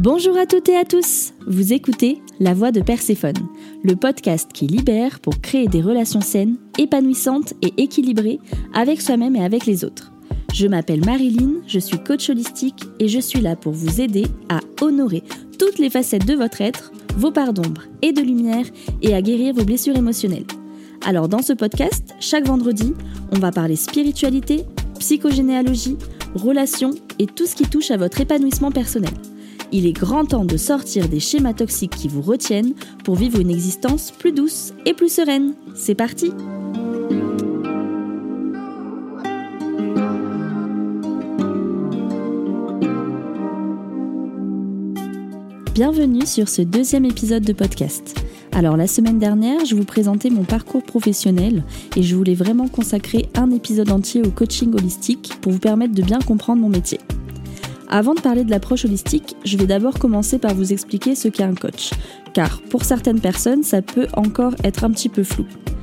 Bonjour à toutes et à tous, vous écoutez La Voix de Perséphone, le podcast qui libère pour créer des relations saines, épanouissantes et équilibrées avec soi-même et avec les autres. Je m'appelle Marilyn, je suis coach holistique et je suis là pour vous aider à honorer toutes les facettes de votre être, vos parts d'ombre et de lumière et à guérir vos blessures émotionnelles. Alors dans ce podcast, chaque vendredi, on va parler spiritualité, psychogénéalogie, relations et tout ce qui touche à votre épanouissement personnel. Il est grand temps de sortir des schémas toxiques qui vous retiennent pour vivre une existence plus douce et plus sereine. C'est parti! Bienvenue sur ce deuxième épisode de podcast. Alors la semaine dernière, je vous présentais mon parcours professionnel et je voulais vraiment consacrer un épisode entier au coaching holistique pour vous permettre de bien comprendre mon métier. Avant de parler de l'approche holistique, je vais d'abord commencer par vous expliquer ce qu'est un coach, car pour certaines personnes, ça peut encore être un petit peu flou.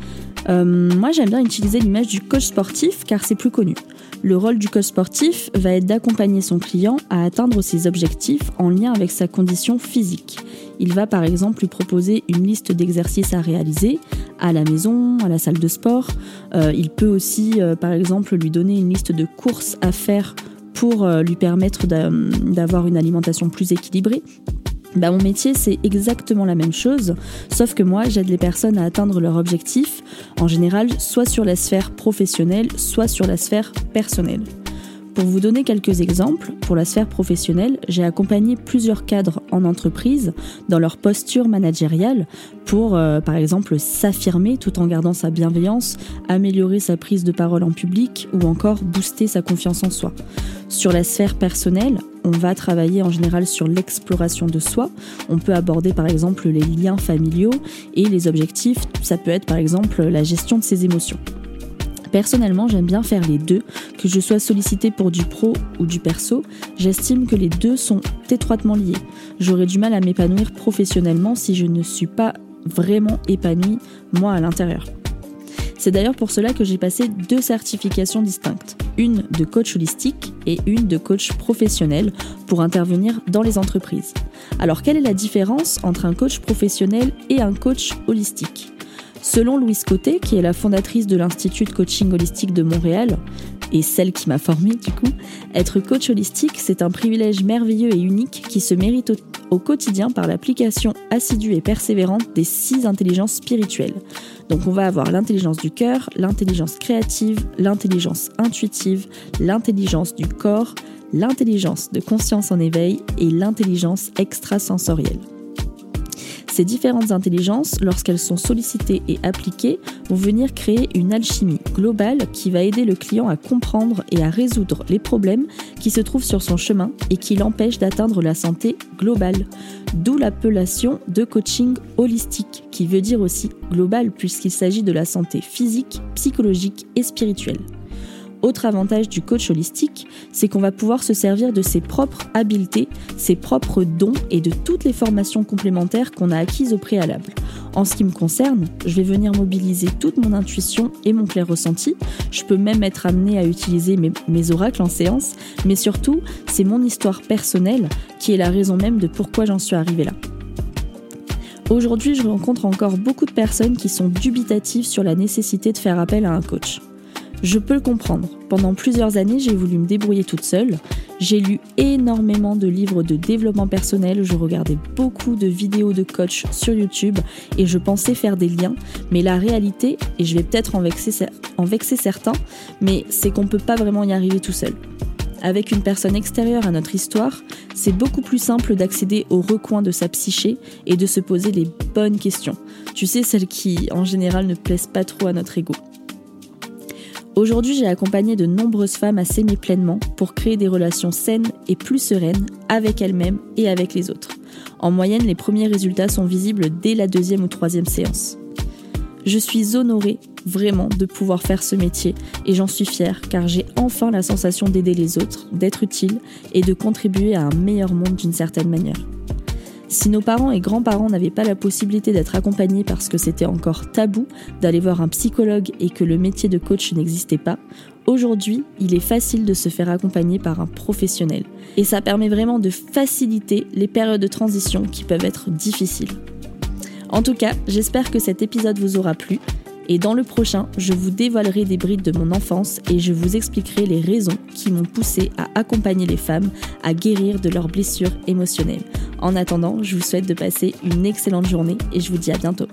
Moi, j'aime bien utiliser l'image du coach sportif car c'est plus connu. Le rôle du coach sportif va être d'accompagner son client à atteindre ses objectifs en lien avec sa condition physique. Il va par exemple lui proposer une liste d'exercices à réaliser à la maison, à la salle de sport. Il peut aussi par exemple lui donner une liste de courses à faire pour lui permettre d'avoir une alimentation plus équilibrée. Mon métier, c'est exactement la même chose, sauf que moi, j'aide les personnes à atteindre leur objectif, en général, soit sur la sphère professionnelle, soit sur la sphère personnelle. Pour vous donner quelques exemples, pour la sphère professionnelle, j'ai accompagné plusieurs cadres en entreprise dans leur posture managériale pour, par exemple, s'affirmer tout en gardant sa bienveillance, améliorer sa prise de parole en public ou encore booster sa confiance en soi. Sur la sphère personnelle, on va travailler en général sur l'exploration de soi. On peut aborder par exemple les liens familiaux et les objectifs. Ça peut être par exemple la gestion de ses émotions. Personnellement, j'aime bien faire les deux, que je sois sollicitée pour du pro ou du perso. J'estime que les deux sont étroitement liés. J'aurais du mal à m'épanouir professionnellement si je ne suis pas vraiment épanouie, moi, à l'intérieur. C'est d'ailleurs pour cela que j'ai passé 2 certifications distinctes, une de coach holistique et une de coach professionnel pour intervenir dans les entreprises. Alors quelle est la différence entre un coach professionnel et un coach holistique ? Selon Louise Côté, qui est la fondatrice de l'Institut de coaching holistique de Montréal, et celle qui m'a formée du coup, être coach holistique, c'est un privilège merveilleux et unique qui se mérite au quotidien par l'application assidue et persévérante des 6 intelligences spirituelles. Donc on va avoir l'intelligence du cœur, l'intelligence créative, l'intelligence intuitive, l'intelligence du corps, l'intelligence de conscience en éveil et l'intelligence extrasensorielle. Ces différentes intelligences, lorsqu'elles sont sollicitées et appliquées, vont venir créer une alchimie globale qui va aider le client à comprendre et à résoudre les problèmes qui se trouvent sur son chemin et qui l'empêchent d'atteindre la santé globale. D'où l'appellation de coaching holistique, qui veut dire aussi global puisqu'il s'agit de la santé physique, psychologique et spirituelle. Autre avantage du coach holistique, c'est qu'on va pouvoir se servir de ses propres habiletés, ses propres dons et de toutes les formations complémentaires qu'on a acquises au préalable. En ce qui me concerne, je vais venir mobiliser toute mon intuition et mon clair ressenti. Je peux même être amenée à utiliser mes oracles en séance, mais surtout, c'est mon histoire personnelle qui est la raison même de pourquoi j'en suis arrivée là. Aujourd'hui, je rencontre encore beaucoup de personnes qui sont dubitatives sur la nécessité de faire appel à un coach. Je peux le comprendre. Pendant plusieurs années, j'ai voulu me débrouiller toute seule. J'ai lu énormément de livres de développement personnel, je regardais beaucoup de vidéos de coach sur YouTube et je pensais faire des liens. Mais la réalité, et je vais peut-être en vexer certains, mais c'est qu'on ne peut pas vraiment y arriver tout seul. Avec une personne extérieure à notre histoire, c'est beaucoup plus simple d'accéder au recoin de sa psyché et de se poser les bonnes questions. Tu sais, celles qui, en général, ne plaisent pas trop à notre ego. Aujourd'hui, j'ai accompagné de nombreuses femmes à s'aimer pleinement pour créer des relations saines et plus sereines avec elles-mêmes et avec les autres. En moyenne, les premiers résultats sont visibles dès la 2e ou 3e séance. Je suis honorée vraiment de pouvoir faire ce métier et j'en suis fière car j'ai enfin la sensation d'aider les autres, d'être utile et de contribuer à un meilleur monde d'une certaine manière. Si nos parents et grands-parents n'avaient pas la possibilité d'être accompagnés parce que c'était encore tabou d'aller voir un psychologue et que le métier de coach n'existait pas, Aujourd'hui, il est facile de se faire accompagner par un professionnel. Et ça permet vraiment de faciliter les périodes de transition qui peuvent être difficiles. En tout cas, j'espère que cet épisode vous aura plu. Et dans le prochain, je vous dévoilerai des brides de mon enfance et je vous expliquerai les raisons qui m'ont poussée à accompagner les femmes à guérir de leurs blessures émotionnelles. En attendant, je vous souhaite de passer une excellente journée et je vous dis à bientôt.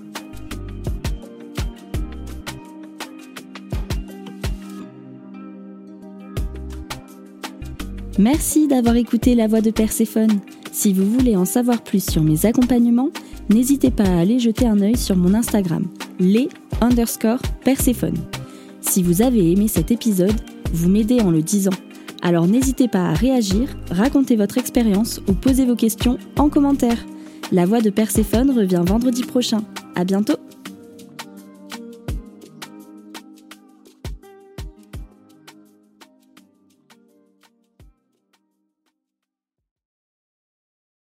Merci d'avoir écouté La Voix de Perséphone. Si vous voulez en savoir plus sur mes accompagnements, n'hésitez pas à aller jeter un œil sur mon Instagram, les_Perséphone. Si vous avez aimé cet épisode, vous m'aidez en le disant. Alors n'hésitez pas à réagir, raconter votre expérience ou poser vos questions en commentaire. La Voix de Perséphone revient vendredi prochain. À bientôt!